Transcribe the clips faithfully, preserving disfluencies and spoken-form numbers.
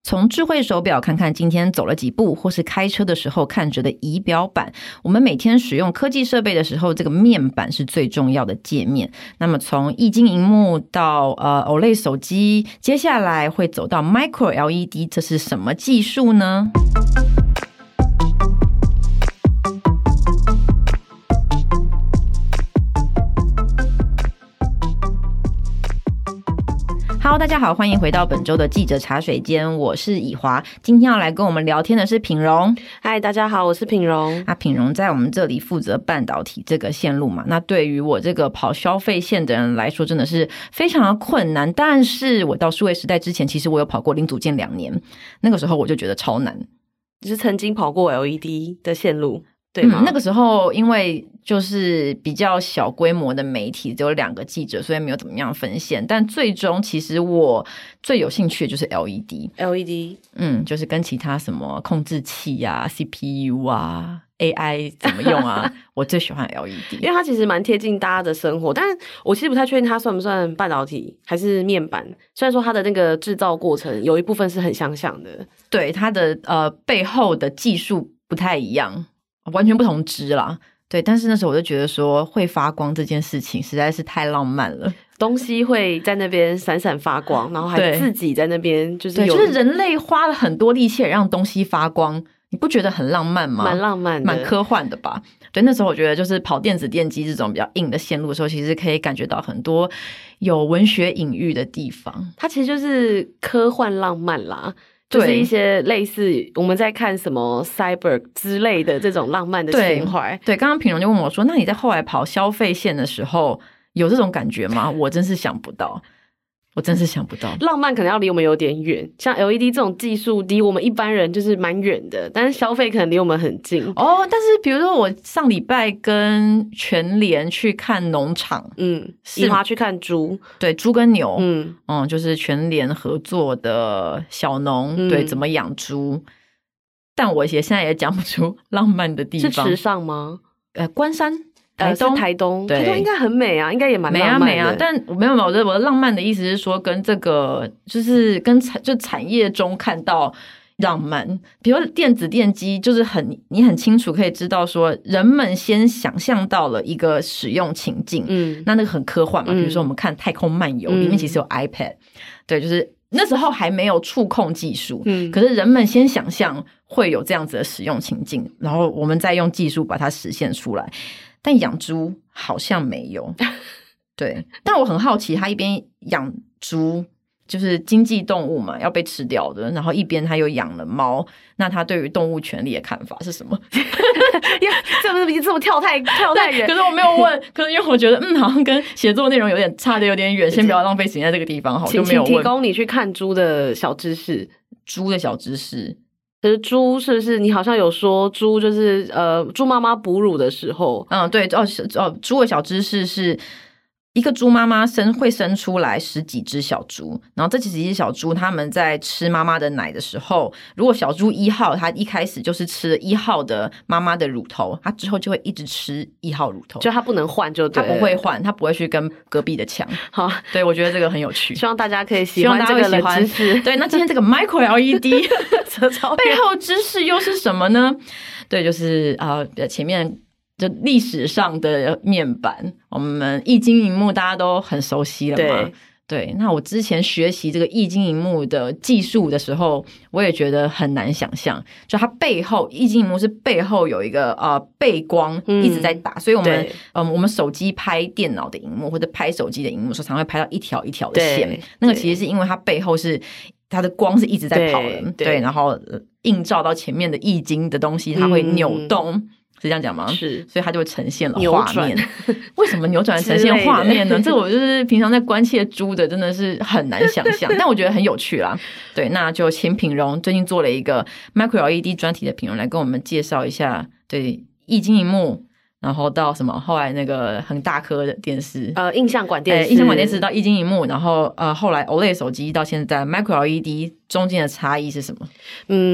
从智慧手表看看今天走了几步，或是开车的时候看着的仪表板，我们每天使用科技设备的时候，这个面板是最重要的界面。那么从液晶萤幕到呃 O L E D 手机，接下来会走到 Micro L E D， 这是什么技术呢？Hello， 大家好，欢迎回到本周的记者茶水间，我是以华。今天要来跟我们聊天的是品荣。 嗨，大家好，我是品荣。 啊，品荣在我们这里负责半导体这个线路嘛，那对于我这个跑消费线的人来说，真的是非常的困难。但是我到数位时代之前，其实我有跑过零组件两年，那个时候我就觉得超难。 你是曾经跑过 L E D 的线路？对吗？ 嗯，那个时候因为就是比较小规模的媒体，只有两个记者，所以没有怎么样分线。但最终其实我最有兴趣的就是 L E D。L E D， 嗯，就是跟其他什么控制器啊、C P U 啊、A I 怎么用啊，我最喜欢 L E D， 因为它其实蛮贴近大家的生活。但我其实不太确定它算不算半导体还是面板。虽然说它的那个制造过程有一部分是很相像的， 对它的呃背后的技术不太一样。完全不同支啦，对，但是那时候我就觉得说会发光这件事情实在是太浪漫了， 东西会在那边闪闪发光，然后还自己在那边就是有， 对，就是人类花了很多力气让东西发光，你不觉得很浪漫吗？ 蛮浪漫的， 蛮科幻的吧？对，那时候我觉得就是跑电子电机这种比较硬的线路的时候，其实可以感觉到很多有文学隐喻的地方， 它其实就是科幻浪漫啦。就是一些类似我们在看什么 Cyber 之类的这种浪漫的情怀。 对，刚刚品荣就问我说，那你在后来跑消费线的时候有这种感觉吗？我真是想不到，我真是想不到。 浪漫可能要离我们有点远，像 L E D 这种技术离我们一般人就是蛮远的，但是消费可能离我们很近。 哦，但是比如说我上礼拜跟全联去看农场， 嗯，以华去看猪， 对，猪跟牛， 嗯嗯，就是全联合作的小农，嗯、对，怎么养猪？但我也现在也讲不出浪漫的地方。 是池上吗？ 呃，关山。 台东，呃、台东，台东应该很美啊，应该也蛮浪漫的。 美啊美啊，但没有没有，我的我的浪漫的意思是说，跟这个就是跟产就产业中看到浪漫，比如电子电机，就是很你很清楚可以知道说，人们先想象到了一个使用情境，嗯，那那个很科幻嘛，嗯、比如说我们看《太空漫游》嗯，里面其实有 iPad， 对，就是那时候还没有触控技术，嗯，可是人们先想象会有这样子的使用情境，然后我们再用技术把它实现出来。但养猪好像没有，对。但我很好奇，他一边养猪，就是经济动物嘛，要被吃掉的，然后一边他又养了猫，那他对于动物权利的看法是什么？ 这不是这么跳太跳太远？ 可是我没有问，可是因为我觉得，嗯，好像跟写作内容有点差的有点远，先不要浪费时间在这个地方，好，就没有问。 请提供你去看猪的小知识， 猪的小知识。 可是猪是不是你好像有说猪就是呃猪妈妈哺乳的时候， 嗯对哦哦猪的小知识是一个猪妈妈生会生出来十几只小猪，然后这几只小猪他们在吃妈妈的奶的时候，如果小猪一号它一开始就是吃了一号的妈妈的乳头，它之后就会一直吃一号乳头， 就它不能换，就对， 它不会换，它不会去跟隔壁的抢。好，对，我觉得这个很有趣， 希望大家可以喜欢这个冷知识。 对，那今天这个 Micro L E D 背后知识又是什么呢？对，就是啊、呃，前面。就历史上的面板，我们液晶萤幕大家都很熟悉了嘛。对，对，那我之前学习这个液晶萤幕的技术的时候，我也觉得很难想象，就它背后液晶萤幕是背后有一个呃背光一直在打，嗯、所以我们嗯我们手机拍电脑的萤幕或者拍手机的萤幕的时候，常会拍到一条一条的线，那个其实是因为它背后是它的光是一直在跑的， 对, 对，然后映照到前面的液晶的东西，它会扭动。嗯是这样讲吗？ 是， 所以它就会呈现了画面。为什么扭转呈现画面呢？这我就是平常在关切猪的，真的是很难想象，但我觉得很有趣啦。对，那就请品荣最近做了一个 Micro L E D 专题的品荣来跟我们介绍一下，对，液晶萤幕，然后到什么后来那个很大颗的电视， 呃，映像管电视， 映像管电视到液晶萤幕，然后呃后来 O L E D 手机到现在 Micro L E D 中间的差异是什么？ 嗯。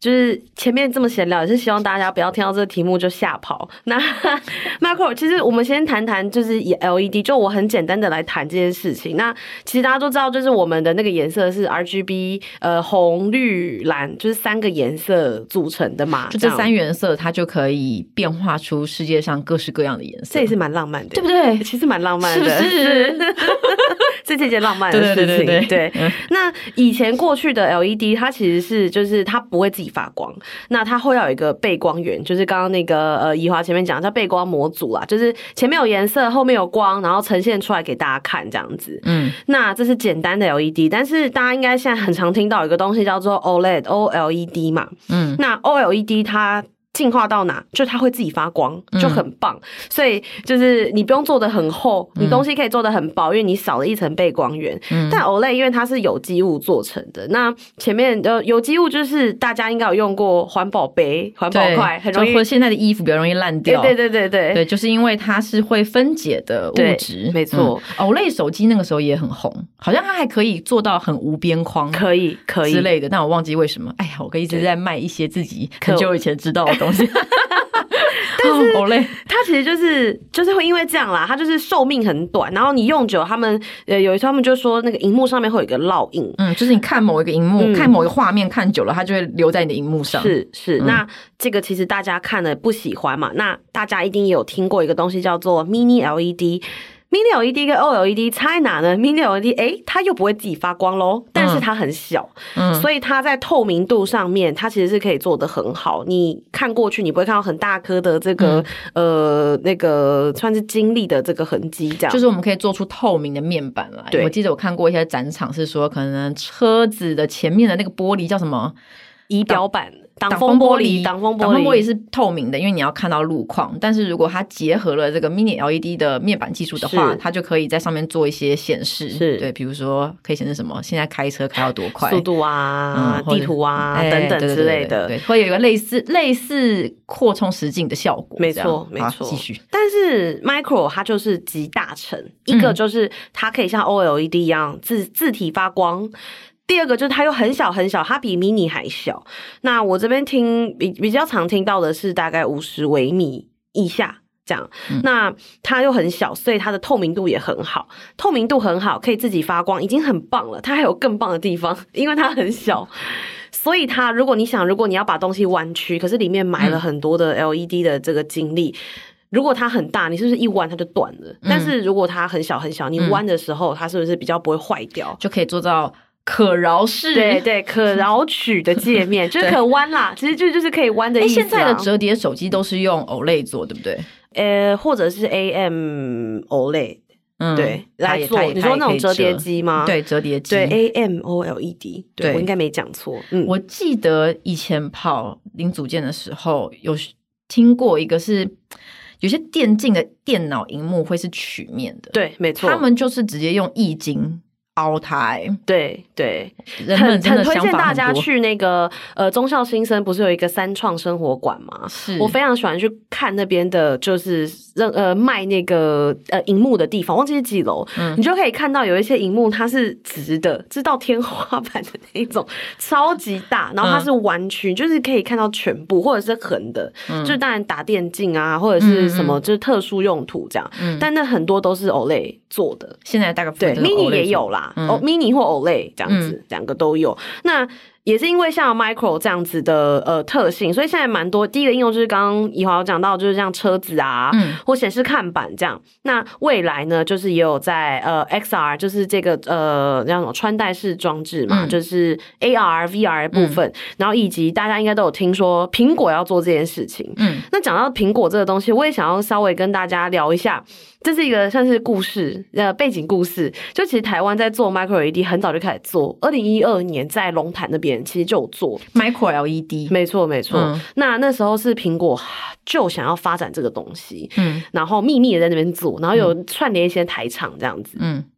就是前面这么闲聊，也是希望大家不要听到这个题目就吓跑。那 Micro， 其实我们先谈谈，就是以 L E D， 就我很简单的来谈这件事情。那其实大家都知道，就是我们的那个颜色是 R G B， 呃，红、绿、蓝，就是三个颜色组成的嘛。 就这三原色，它就可以变化出世界上各式各样的颜色。 这也是蛮浪漫的， 对不对？ 其实蛮浪漫的， 是不是？ 这是一件浪漫的事情。对对对对对。对那以前过去的 L E D， 它其实是就是它不会自己发光，那它会要有一个背光源，就是刚刚那个呃宜华前面讲叫背光模组啦，就是前面有颜色，后面有光，然后呈现出来给大家看这样子。嗯，那这是简单的 L E D， 但是大家应该现在很常听到有一个东西叫做 O L E D O L E D 嘛。嗯，那 O L E D 它进化到哪，就它会自己发光，就很棒。嗯、所以就是你不用做的很厚，你东西可以做的很薄，因为你少了一层背光源。嗯、但 O L E D 因为它是有机物做成的，那前面呃有机物就是大家应该有用过环保杯、环保筷，很容易， 或现在的衣服比较容易烂掉。 对对对对对，就是因为它是会分解的物质， 没错。 嗯、O L E D 手机那个时候也很红，好像它还可以做到很无边框， 可以可以之类的，但我忘记为什么。哎呀，我可以一直在卖一些自己很久以前知道的东西。 但是它其实就是就是会因为这样啦，它就是寿命很短，然后你用久，他们呃有一次他们就说那个荧幕上面会有一个烙印， 嗯，就是你看某一个荧幕，嗯、看某一个画面看久了，它就会留在你的荧幕上。 是是，嗯、那这个其实大家看了不喜欢嘛，那大家一定也有听过一个东西叫做 Mini L E D。Mini L E D 跟 O L E D 差在哪呢 ？Mini L E D 哎，它又不会自己发光咯，但是它很小，嗯，所以它在透明度上面，它其实是可以做得很好。你看过去，你不会看到很大颗的这个、嗯、呃那个算是晶粒的这个痕迹，这样就是我们可以做出透明的面板来。我记得我看过一些展场是说，可能车子的前面的那个玻璃叫什么仪表板。挡风玻璃，挡风玻璃， 挡风玻璃是透明的，因为你要看到路况。但是如果它结合了这个 Mini L E D 的面板技术的话，它就可以在上面做一些显示。是，对，比如说可以显示什么，现在开车开到多快， 速度啊、嗯、地图啊、欸、等等之类的， 对，会有一个类似类似扩充实境的效果。 没错，没错。 继续， 但是 Micro 它就是集大成，一个就是它可以像 O L E D 一样自字体发光。第二个就是它又很小很小，它比 mini 还小。那我这边听比比较常听到的是大概五十微米以下这样。嗯、那它又很小，所以它的透明度也很好。透明度很好，可以自己发光，已经很棒了。它还有更棒的地方，因为它很小。所以它，如果你想，如果你要把东西弯曲，可是里面埋了很多的 L E D 的这个精力。如果它很大，你是不是一弯它就断了？嗯、但是如果它很小很小，你弯的时候，它是不是比较不会坏掉？ 就可以做到可挠式， 对对，可挠取的界面，就是可弯啦，其实就就是可以弯的意思、啊。 现在的折叠手机都是用 O L E D 做，对不对？ 呃，或者是 A M O L E D， 嗯，对，来做。你说那种折叠机吗？ 对，折叠机， 对 A M O L E D， 对, 对我应该没讲错。嗯， 我记得以前跑零组件的时候，有听过一个是。有些电竞的电脑萤幕会是曲面的， 对，没错， 他们就是直接用液晶凹它、欸， 对对， 人们真的很很推荐大家去那个呃忠孝新生不是有一个三创生活馆吗？是我非常喜欢去看那边的，就是呃卖那个呃萤幕的地方，忘记是几楼，嗯、你就可以看到有一些萤幕它是直的，直到天花板的那种，超级大，然后它是弯曲，嗯、就是可以看到全部，或者是横的，嗯、就是当然打电竞啊，或者是什么就是特殊用途这样，嗯、但那很多都是 O L E D 做的， 现在大概对 mini 也有啦。嗯、哦 ，mini 或 O L E D 这样子，两、嗯、个都有。那也是因为像 Micro 这样子的呃特性，所以现在蛮多。第一个应用就是刚刚宜华有讲到，就是像车子啊，嗯、或显示看板这样。那未来呢，就是也有在呃 X R， 就是这个呃叫什么穿戴式装置嘛，嗯、就是 A R、V R 的部分。嗯、然后以及大家应该都有听说苹果要做这件事情。嗯，那讲到苹果这个东西，我也想要稍微跟大家聊一下。这是一个算是故事，呃，背景故事。就其实台湾在做 Micro L E D 很早就开始做，二零一二年在龙潭那边其实就有做 Micro L E D， 没错没错。嗯、那那时候是苹果就想要发展这个东西，嗯，然后秘密的在那边做，然后有串联一些台厂这样子，嗯。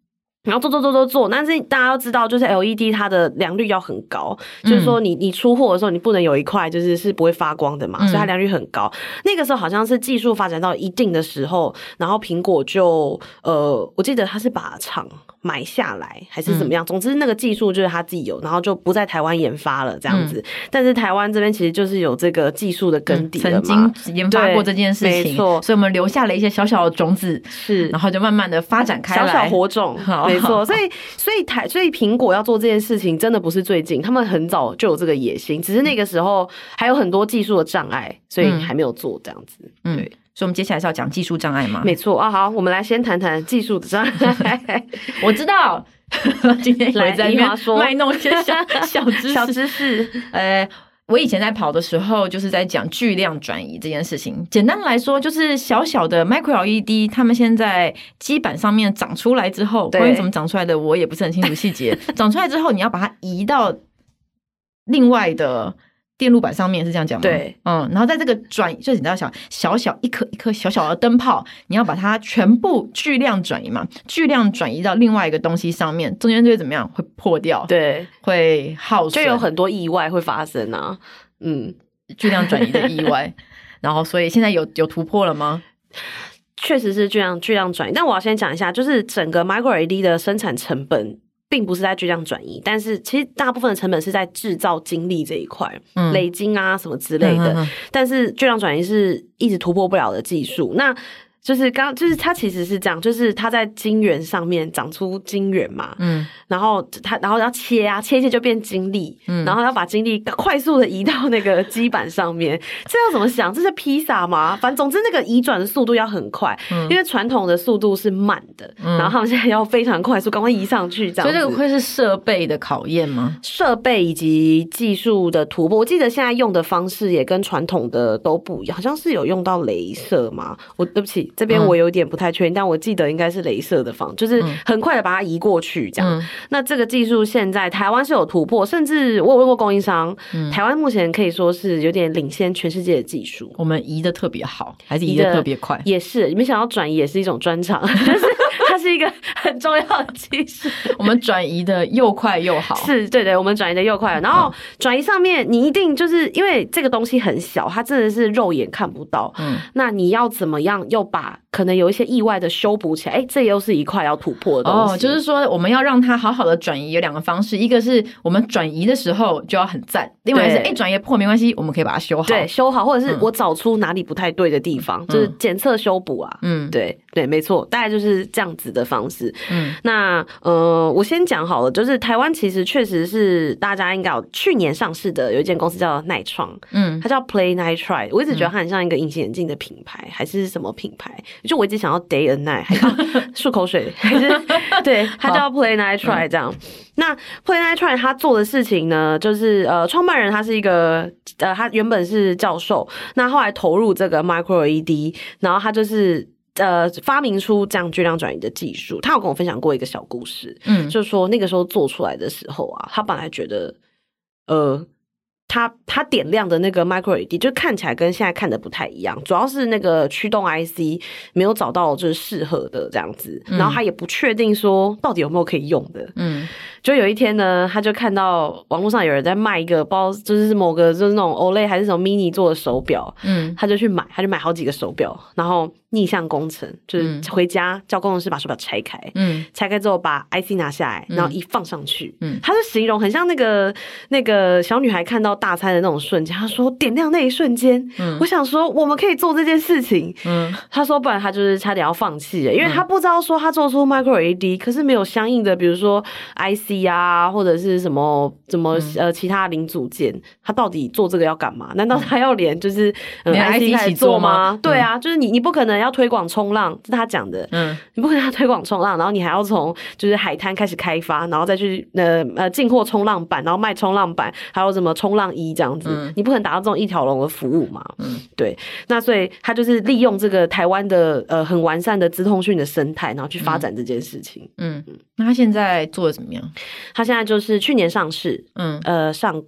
然后做做做做做，但是大家都知道，就是 L E D 它的良率要很高，嗯、就是说你你出货的时候，你不能有一块就是是不会发光的嘛，嗯、所以它良率很高。那个时候好像是技术发展到一定的时候，然后苹果就呃，我记得它是把厂买下来还是怎么样，嗯、总之那个技术就是他自己有，然后就不在台湾研发了这样子。嗯、但是台湾这边其实就是有这个技术的根底了嘛， 曾经研发过这件事情， 没错， 所以我们留下了一些小小的种子，是，然后就慢慢的发展开来， 小小火种。没错，所以所以台所以苹果要做这件事情，真的不是最近，他们很早就有这个野心，只是那个时候还有很多技术的障碍，所以还没有做这样子。 嗯， 对， 所以我们接下来是要讲技术障碍吗？ 没错啊，好，我们来先谈谈技术的障碍。 我知道，今天来在那边卖弄一些小小知识， 小知识， 呃。我以前在跑的时候，就是在讲巨量转移这件事情。简单来说，就是小小的 micro L E D， 它们现在基板上面长出来之后，关于怎么长出来的，我也不是很清楚细节。长出来之后，你要把它移到另外的电路板上面，是这样讲吗？ 对， 嗯，然后在这个转，就是你知道小小小一颗一颗小小的灯泡，你要把它全部巨量转移嘛，巨量转移到另外一个东西上面，中间就会怎么样？会破掉， 对， 会耗损， 就有很多意外会发生啊。嗯， 巨量转移的意外，然后所以现在有有突破了吗？ 确实是巨量巨量转移，但我要先讲一下，就是整个 micro L E D 的生产成本并不是在巨量转移，但是其实大部分的成本是在制造精力这一块，嗯、累金啊什么之类的。嗯、哼哼但是巨量转移是一直突破不了的技术。那就是刚就是它其实是这样，就是它在晶圆上面长出晶圆嘛，嗯，然后它然后要切啊，切一切就变晶粒，嗯，然后要把晶粒快速的移到那个基板上面，这要怎么想？这是披萨吗？反正总之那个移转的速度要很快，嗯、因为传统的速度是慢的，嗯、然后他们现在要非常快速，赶快移上去这样子。 所以这个会是设备的考验吗？ 设备以及技术的突破，我记得现在用的方式也跟传统的都不一样，好像是有用到雷射嘛。我对不起。这边我有点不太确定，嗯、但我记得应该是雷射的方，就是很快的把它移过去这样。嗯、那这个技术现在台湾是有突破，甚至我有问过供应商，嗯、台湾目前可以说是有点领先全世界的技术。 我们移的特别好，还是移的特别快？ 也是，没想到转移也是一种专长，就是它是一个很重要的技术。 我们转移的又快又好， 是对对，我们转移的又快。然后转移上面，你一定就是因为这个东西很小，它真的是肉眼看不到。嗯，那你要怎么样又把可能有一些意外的修补起来，哎，这又是一块要突破的东西。 哦，就是说我们要让它好好的转移，有两个方式，一个是我们转移的时候就要很赞，另外是哎转移破没关系，我们可以把它修好， 对，修好，或者是我找出哪里不太对的地方，嗯、就是检测修补啊。嗯，对对，没错，大概就是这样子的方式。嗯，那呃，我先讲好了，就是台湾其实确实是大家应该有去年上市的有一间公司叫耐创，嗯，它叫 Play Nitrile， 我一直觉得它很像一个隐形眼镜的品牌，还是什么品牌？就我一直想要 Day and Night， 还是漱口水，还是对，它叫 Play Nitrile 这样。那 Play Nitrile 他做的事情呢，就是呃，创办人他是一个呃，他原本是教授，那后来投入这个 Micro L E D， 然后他就是呃发明出这样巨量转移的技术。他有跟我分享过一个小故事，嗯，就是说那个时候做出来的时候啊，他本来觉得呃。它它点亮的那个 micro L E D 就看起来跟现在看的不太一样，主要是那个驱动 I C 没有找到就是适合的这样子，嗯、然后他也不确定说到底有没有可以用的。嗯，就有一天呢，他就看到网络上有人在卖一个，不知道就是某个就是那种 Olay 还是什么 mini 做的手表，嗯，他就去买，他就买好几个手表，然后逆向工程，就是回家叫工程师把手表拆开，嗯，拆开之后把 I C 拿下来，然后一放上去，嗯，他就形容很像那个那个小女孩看到大餐的那种瞬间，他说点亮那一瞬间，嗯，我想说我们可以做这件事情，嗯，他说不然他就是差点要放弃了，因为他不知道说他做出 micro L E D， 可是没有相应的比如说 I C 啊或者是什么什么、嗯、呃其他零组件，他到底做这个要干嘛？难道他要连就是、嗯、 连 I C 一起做吗？ 对啊，就是你你不可能要推广冲浪，这是他讲的，嗯，你不可能要推广冲浪，然后你还要从就是海滩开始开发，然后再去呃呃进货冲浪板，然后卖冲浪板，还有什么冲浪衣这样子，嗯、你不可能达到这种一条龙的服务嘛，嗯，对，那所以他就是利用这个台湾的呃很完善的资通讯的生态，然后去发展这件事情，嗯嗯， 那他现在做的怎么样？ 他现在就是去年上市，嗯呃上柜。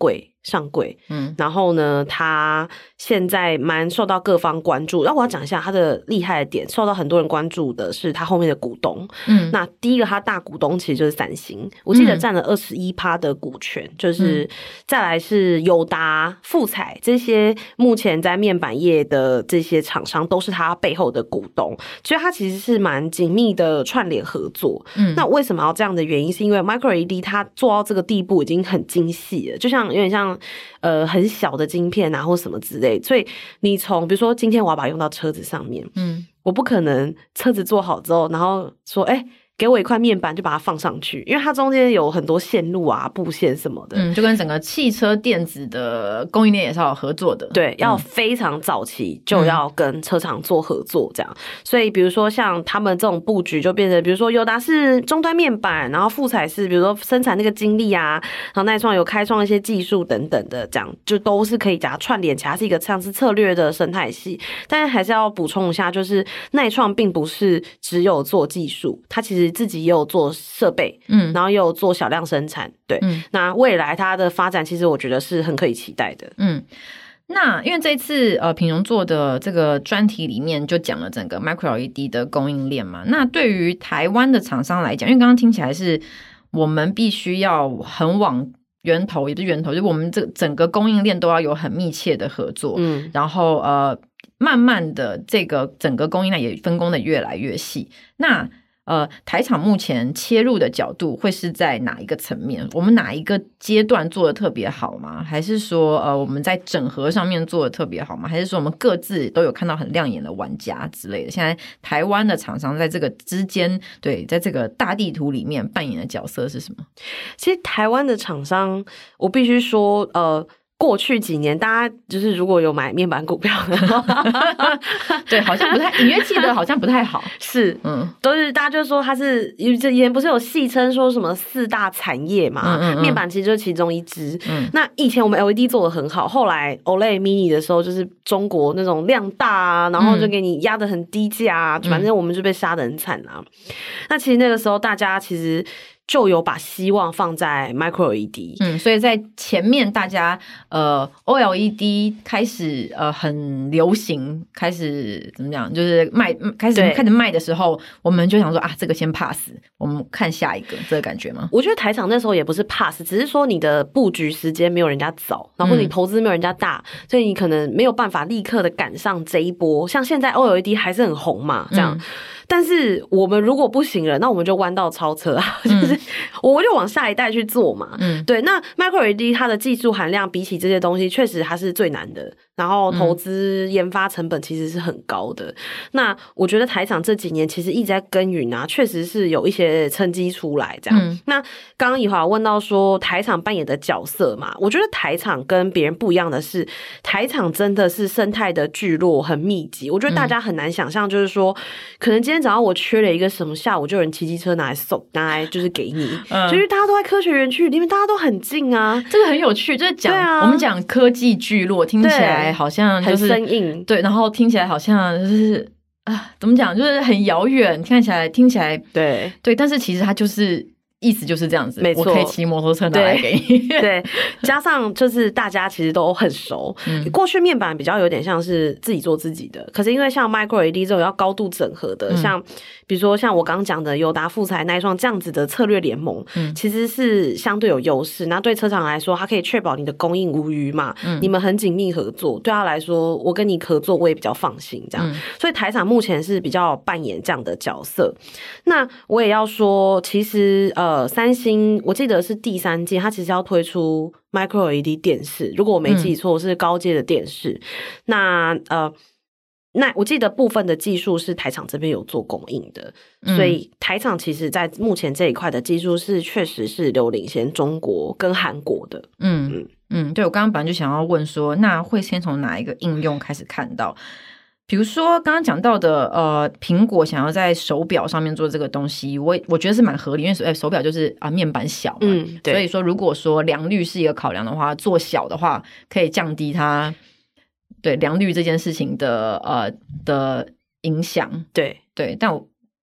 上柜，嗯，然后呢，他现在蛮受到各方关注。然后我要讲一下他的厉害的点，受到很多人关注的是他后面的股东，嗯，那第一个他大股东其实就是三星，我记得占了二十一趴的股权，嗯、就是再来是友达、富采这些目前在面板业的这些厂商都是他背后的股东，所以他其实是蛮紧密的串联合作。嗯，那为什么要这样的原因，是因为 Micro L E D 它做到这个地步已经很精细了，就像有点像呃很小的晶片啊或什么之类，所以你从比如说今天我要把它用到车子上面，嗯，我不可能车子做好之后，然后说哎。欸给我一块面板就把它放上去，因为它中间有很多线路啊、布线什么的， 嗯，就跟整个汽车电子的供应链也是要有合作的， 对，要非常早期就要跟车厂做合作这样。嗯、所以比如说像他们这种布局就变成，比如说友达是终端面板，然后富采是比如说生产那个精力啊，然后耐创有开创一些技术等等的，这样就都是可以把它串联起来，是一个像是策略的生态系。但是还是要补充一下，就是耐创并不是只有做技术，它其实自己也有做设备，嗯，然后也有做小量生产，对，嗯，那未来它的发展其实我觉得是很可以期待的， 嗯。那因为这一次呃品荣做的这个专题里面就讲了整个 Micro L E D 的供应链嘛，那对于台湾的厂商来讲，因为刚刚听起来是我们必须要很往源头，也不是源头，就是我们这整个供应链都要有很密切的合作，嗯，然后呃慢慢的这个整个供应链也分工的越来越细，那呃，台厂目前切入的角度会是在哪一个层面？我们哪一个阶段做的特别好吗？还是说呃我们在整合上面做的特别好吗？还是说我们各自都有看到很亮眼的玩家之类的？现在台湾的厂商在这个之间，对，在这个大地图里面扮演的角色是什么？ 其实台湾的厂商，我必须说，呃。过去几年，大家就是如果有买面板股票的话， 对，好像不太，隐约记得好像不太好。 是，嗯，都是大家就说它是，以前不是有戏称说什么四大产业嘛，嗯嗯嗯面板其实就是其中一支。嗯，那以前我们 L E D 做的很好，后来 O L E D Mini 的时候，就是中国那种量大啊，然后就给你压得很低价啊，嗯、反正我们就被杀得很惨啊。那其实那个时候大家其实。就有把希望放在 Micro L E D， 嗯，所以在前面大家呃 O L E D 开始呃很流行，开始怎么讲，就是卖开始开始卖的时候，我们就想说啊，这个先 pass， 我们看下一个，这个感觉吗？ 我觉得台厂那时候也不是 pass， 只是说你的布局时间没有人家早，然后你投资没有人家大，嗯、所以你可能没有办法立刻的赶上这一波。像现在 O L E D 还是很红嘛，这样。嗯但是我们如果不行了，那我们就弯道超车啊！嗯、就是我们就往下一代去做嘛。嗯，对。那 Micro L E D 它的技术含量比起这些东西，确实它是最难的。然后投资研发成本其实是很高的。嗯、那我觉得台厂这几年其实一直在耕耘啊，确实是有一些成绩出来这样。嗯、那刚刚以华问到说台厂扮演的角色嘛，我觉得台厂跟别人不一样的是，台厂真的是生态的聚落很密集。我觉得大家很难想象，就是说，嗯、可能今天早上我缺了一个什么，下午就有人骑机车拿来送，拿来就是给你。嗯、就是大家都在科学园区里面，大家都很近啊， 这个很有趣。就是讲、啊、我们讲科技聚落，听起来。好像就是很生硬， 对，然后听起来好像就是啊，怎么讲，就是很遥远，看起来听起来对对，但是其实它就是意思就是这样子， 没错， 我可以骑摩托车拿来给你， 对，对加上就是大家其实都很熟，嗯、过去面板比较有点像是自己做自己的，可是因为像 Micro L E D 这种要高度整合的，嗯、像比如说像我刚刚讲的友达、富采、耐创这样子的策略联盟，嗯、其实是相对有优势。那对车厂来说，它可以确保你的供应无虞嘛，嗯、你们很紧密合作，对他来说，我跟你合作我也比较放心，这样。嗯、所以台厂目前是比较扮演这样的角色。那我也要说，其实呃，三星我记得是第三届，它其实要推出 Micro L E D 电视，如果我没记错，嗯、是高阶的电视。那呃。那我记得部分的技术是台厂这边有做供应的，嗯、所以台厂其实在目前这一块的技术是确实是有领先中国跟韩国的。 嗯嗯嗯，对，我刚刚本来就想要问说，那会先从哪一个应用开始看到？比如说刚刚讲到的，呃，苹果想要在手表上面做这个东西，我我觉得是蛮合理，因为手手表就是啊面板小嘛，嗯、所以说如果说良率是一个考量的话，做小的话可以降低它。对良率这件事情的呃的影响， 对对，但我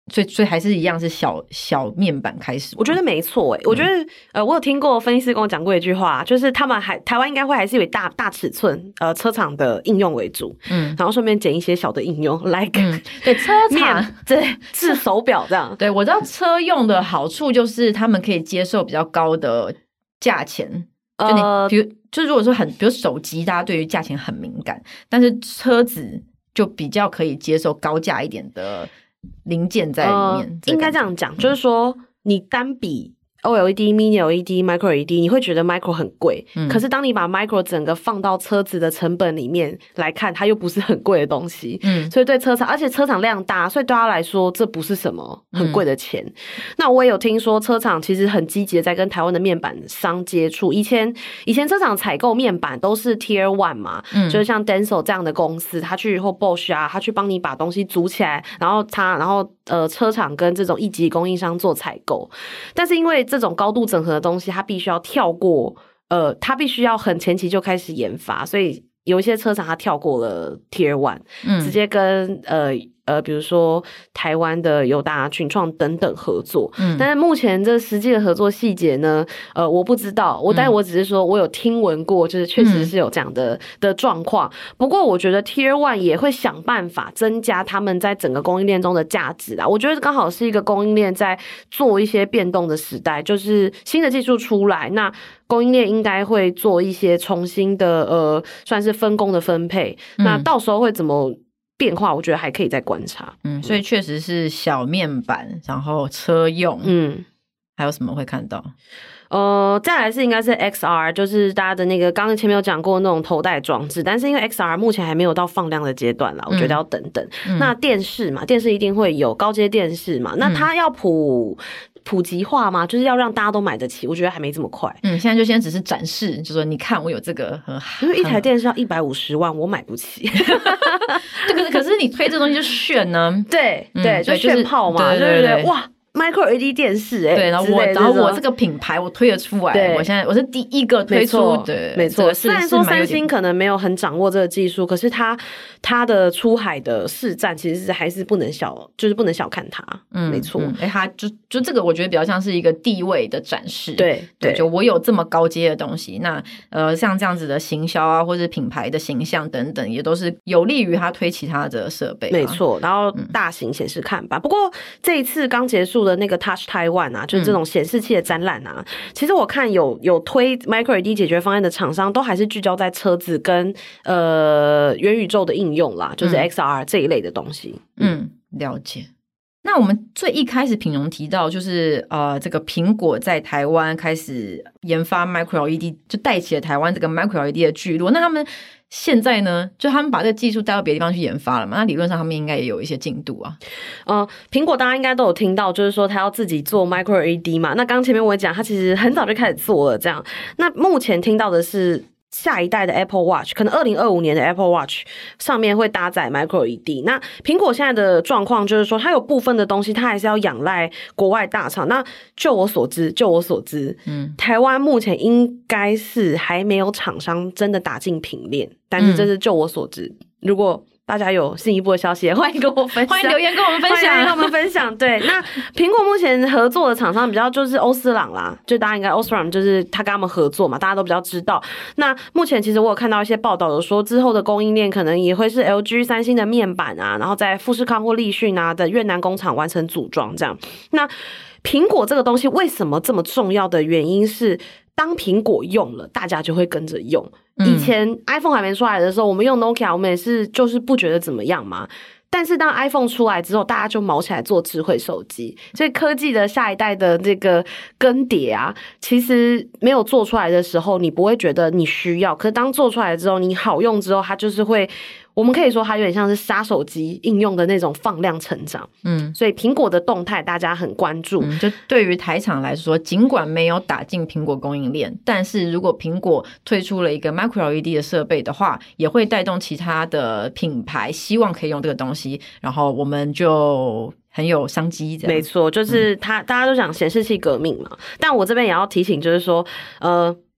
所以所以还是一样是小小面板开始。 我觉得没错诶、欸，我觉得、嗯、呃，我有听过分析师跟我讲过一句话，就是他们还台湾应该会还是以大大尺寸呃车厂的应用为主，嗯，然后顺便捡一些小的应用 ，like、嗯、 对车厂对是手表这样。 对，我知道车用的好处就是他们可以接受比较高的价钱，就你、呃、比如就如果说很比如手机，大家对于价钱很敏感，但是车子就比较可以接受高价一点的零件在里面，呃、 应该这样讲、嗯，就是说你单比 O L E D、Mini L E D、Micro L E D， 你会觉得 Micro 很贵、嗯，可是当你把 Micro 整个放到车子的成本里面来看，它又不是很贵的东西，嗯，所以对车厂，而且车厂量大，所以对他来说这不是什么很贵的钱、嗯。那我也有听说车厂其实很积极的在跟台湾的面板商接触，以前以前车厂采购面板都是 Tier One 嘛，嗯，就是像 Denso 这样的公司，他去或 Bosch 啊，他去帮你把东西组起来，然后他然后呃车厂跟这种一级供应商做采购，但是因为这种高度整合的东西，它必须要跳过，呃，它必须要很前期就开始研发，所以有一些车厂它跳过了 Tier One，、嗯、直接跟呃呃，比如说台湾的友达、群创等等合作，嗯，但是目前这实际的合作细节呢，呃，我不知道，我但是我只是说我有听闻过，就是确实是有这样的、嗯、的状况。不过我觉得 Tier One 也会想办法增加他们在整个供应链中的价值啦。我觉得刚好是一个供应链在做一些变动的时代，就是新的技术出来，那供应链应该会做一些重新的呃，算是分工的分配、嗯。那到时候会怎么变化，我觉得还可以再观察。 嗯，所以确实是小面板，然后车用，嗯，还有什么会看到？ 呃，再来是应该是 X R， 就是大家的那个刚刚前面有讲过那种头戴装置，但是因为 X R 目前还没有到放量的阶段啦，我觉得要等等、嗯。那电视嘛，电视一定会有高阶电视嘛，那它要普。嗯普及化吗？就是要让大家都买得起，我觉得还没这么快。 嗯，现在就先只是展示，就说你看我有这个很好， 因为一台电视要一百五十万，我买不起。 对，可是可是你推这东西就炫呢？ 对、嗯、对，就炫炮嘛，对对对，哇。Micro L E D 电视哎、欸， 对，然后我然后我这个品牌我推得出来，我现在我是第一个推出，对， 没错。虽然说三星可能没有很掌握这个技术，可是它它的出海的市占其实是还是不能小，就是不能小看它。嗯，没错。 哎、嗯，它就就这个我觉得比较像是一个地位的展示， 对对， 就我有这么高阶的东西，那呃像这样子的行销啊，或者品牌的形象等等，也都是有利于它推其他的设备、啊。 没错，然后大型显示看板、嗯。不过这一次刚结束的那个 Touch Taiwan 啊，就是这种显示器的展览啊、嗯，其实我看有有推 Micro L E D 解决方案的厂商，都还是聚焦在车子跟呃元宇宙的应用啦，就是 X R 这一类的东西。 嗯，了解。那我们最一开始品荣提到，就是呃，这个苹果在台湾开始研发 Micro L E D， 就带起了台湾这个 Micro L E D 的聚落。那他们现在呢，就他们把这个技术带到别的地方去研发了嘛？那理论上他们应该也有一些进度啊。 呃，苹果大家应该都有听到，就是说他要自己做 Micro L E D 嘛。那刚前面我也讲，他其实很早就开始做了这样。那目前听到的是下一代的 Apple Watch， 可能二零二五年的 Apple Watch 上面会搭载 Micro L E D。那苹果现在的状况就是说，它有部分的东西它还是要仰赖国外大厂。那就我所知，就我所知，嗯，台湾目前应该是还没有厂商真的打进品链，但是这是就我所知。嗯、如果大家有进一步的消息，欢迎跟我分享， 欢迎留言跟我们分享， 欢迎跟我们分享。对，那苹果目前合作的厂商比较就是欧司朗啦，就大家应该 Osram 就是他跟他们合作嘛，大家都比较知道。那目前其实我有看到一些报道，有说之后的供应链可能也会是 L G、三星的面板啊，然后在富士康或立讯啊的越南工厂完成组装这样。那苹果这个东西为什么这么重要的原因是，当苹果用了，大家就会跟着用。以前 iPhone 还没出来的时候，我们用 Nokia， 我们也是就是不觉得怎么样嘛。但是当 iPhone 出来之后，大家就毛起来做智慧手机，所以科技的下一代的这个更迭啊，其实没有做出来的时候，你不会觉得你需要，可是当做出来之后，你好用之后，它就是会。我们可以说它有点像是杀手机应用的那种放量成长，嗯，所以苹果的动态大家很关注。 嗯、就对于台厂来说，尽管没有打进苹果供应链，但是如果苹果推出了一个 Micro L E D 的设备的话，也会带动其他的品牌希望可以用这个东西，然后我们就很有商机。这样没错，就是它、嗯、大家都讲显示器革命嘛，但我这边也要提醒，就是说，呃。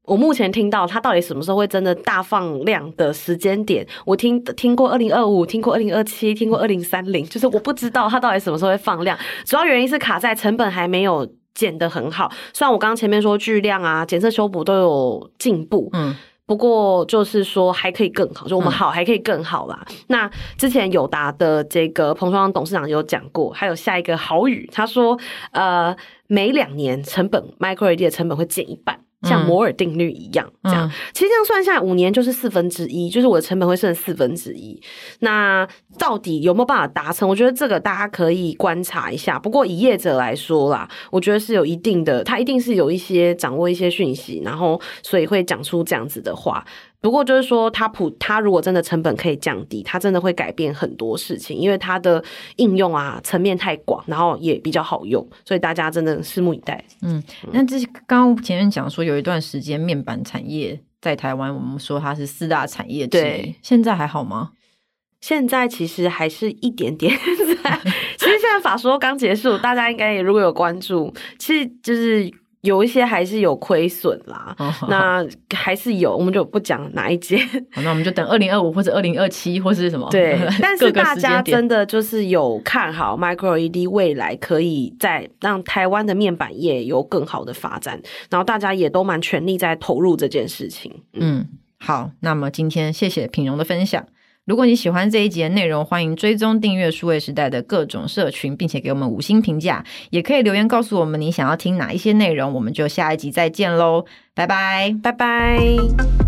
我目前听到它到底什么时候会真的大放量的时间点，我听听过二零二五，听过二零二七，听过二零三零，就是我不知道它到底什么时候会放量。主要原因是卡在成本还没有减得很好，虽然我刚刚前面说巨量啊、检测修补都有进步，嗯。不过就是说还可以更好，就我们好还可以更好啦。嗯、那之前友达的这个彭双董事长有讲过，还有下一个豪语，他说呃每两年成本 micro L E D 的成本会减一半。像摩尔定律一样，这样、嗯、其实这样算下来，五年就是四分之一，就是我的成本会剩四分之一。那到底有没有办法达成？我觉得这个大家可以观察一下。不过以业者来说啦，我觉得是有一定的，他一定是有一些掌握一些讯息，然后所以会讲出这样子的话。不过就是说他普他如果真的成本可以降低，他真的会改变很多事情，因为它的应用啊层面太广，然后也比较好用，所以大家真的拭目以待。 嗯，那这刚刚前面讲说有一段时间面板产业在台湾，我们说它是四大产业之一，现在还好吗？ 现在其实还是一点点在其实现在法说刚结束，大家应该也如果有关注，其实就是有一些还是有亏损啦、哦、那还是有，我们就不讲哪一间。 好，那我们就等二零二五或者二零二七或是什么。 对，但是大家真的就是有看好 micro L E D 未来可以在让台湾的面板业有更好的发展，然后大家也都蛮全力在投入这件事情。 嗯，嗯好，那么今天谢谢品蓉的分享。如果你喜欢这一集的内容，欢迎追踪订阅数位时代的各种社群，并且给我们五星评价，也可以留言告诉我们你想要听哪一些内容，我们就下一集再见咯，拜拜拜拜。